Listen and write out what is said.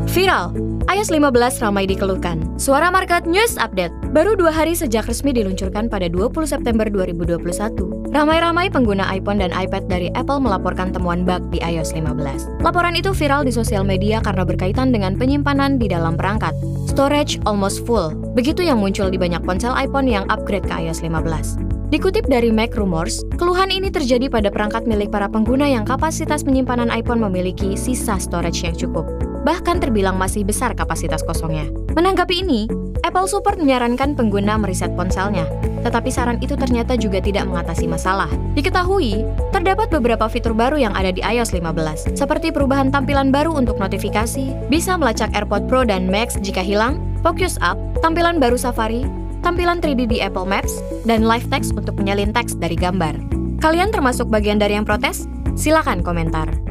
Viral, iOS 15 ramai dikeluhkan. Suara Market News Update. Baru 2 hari sejak resmi diluncurkan pada 20 September 2021, ramai-ramai pengguna iPhone dan iPad dari Apple melaporkan temuan bug di iOS 15. Laporan itu viral di sosial media karena berkaitan dengan penyimpanan di dalam perangkat. Storage almost full. Begitu yang muncul di banyak ponsel iPhone yang upgrade ke iOS 15. Dikutip dari Mac Rumors, keluhan ini terjadi pada perangkat milik para pengguna yang kapasitas penyimpanan iPhone memiliki sisa storage yang cukup. Bahkan terbilang masih besar kapasitas kosongnya. Menanggapi ini, Apple Support menyarankan pengguna meriset ponselnya, tetapi saran itu ternyata juga tidak mengatasi masalah. Diketahui, terdapat beberapa fitur baru yang ada di iOS 15, seperti perubahan tampilan baru untuk notifikasi, bisa melacak AirPods Pro dan Max jika hilang, Focus Up, tampilan baru Safari, tampilan 3D di Apple Maps, dan live text untuk menyalin teks dari gambar. Kalian termasuk bagian dari yang protes? Silakan komentar.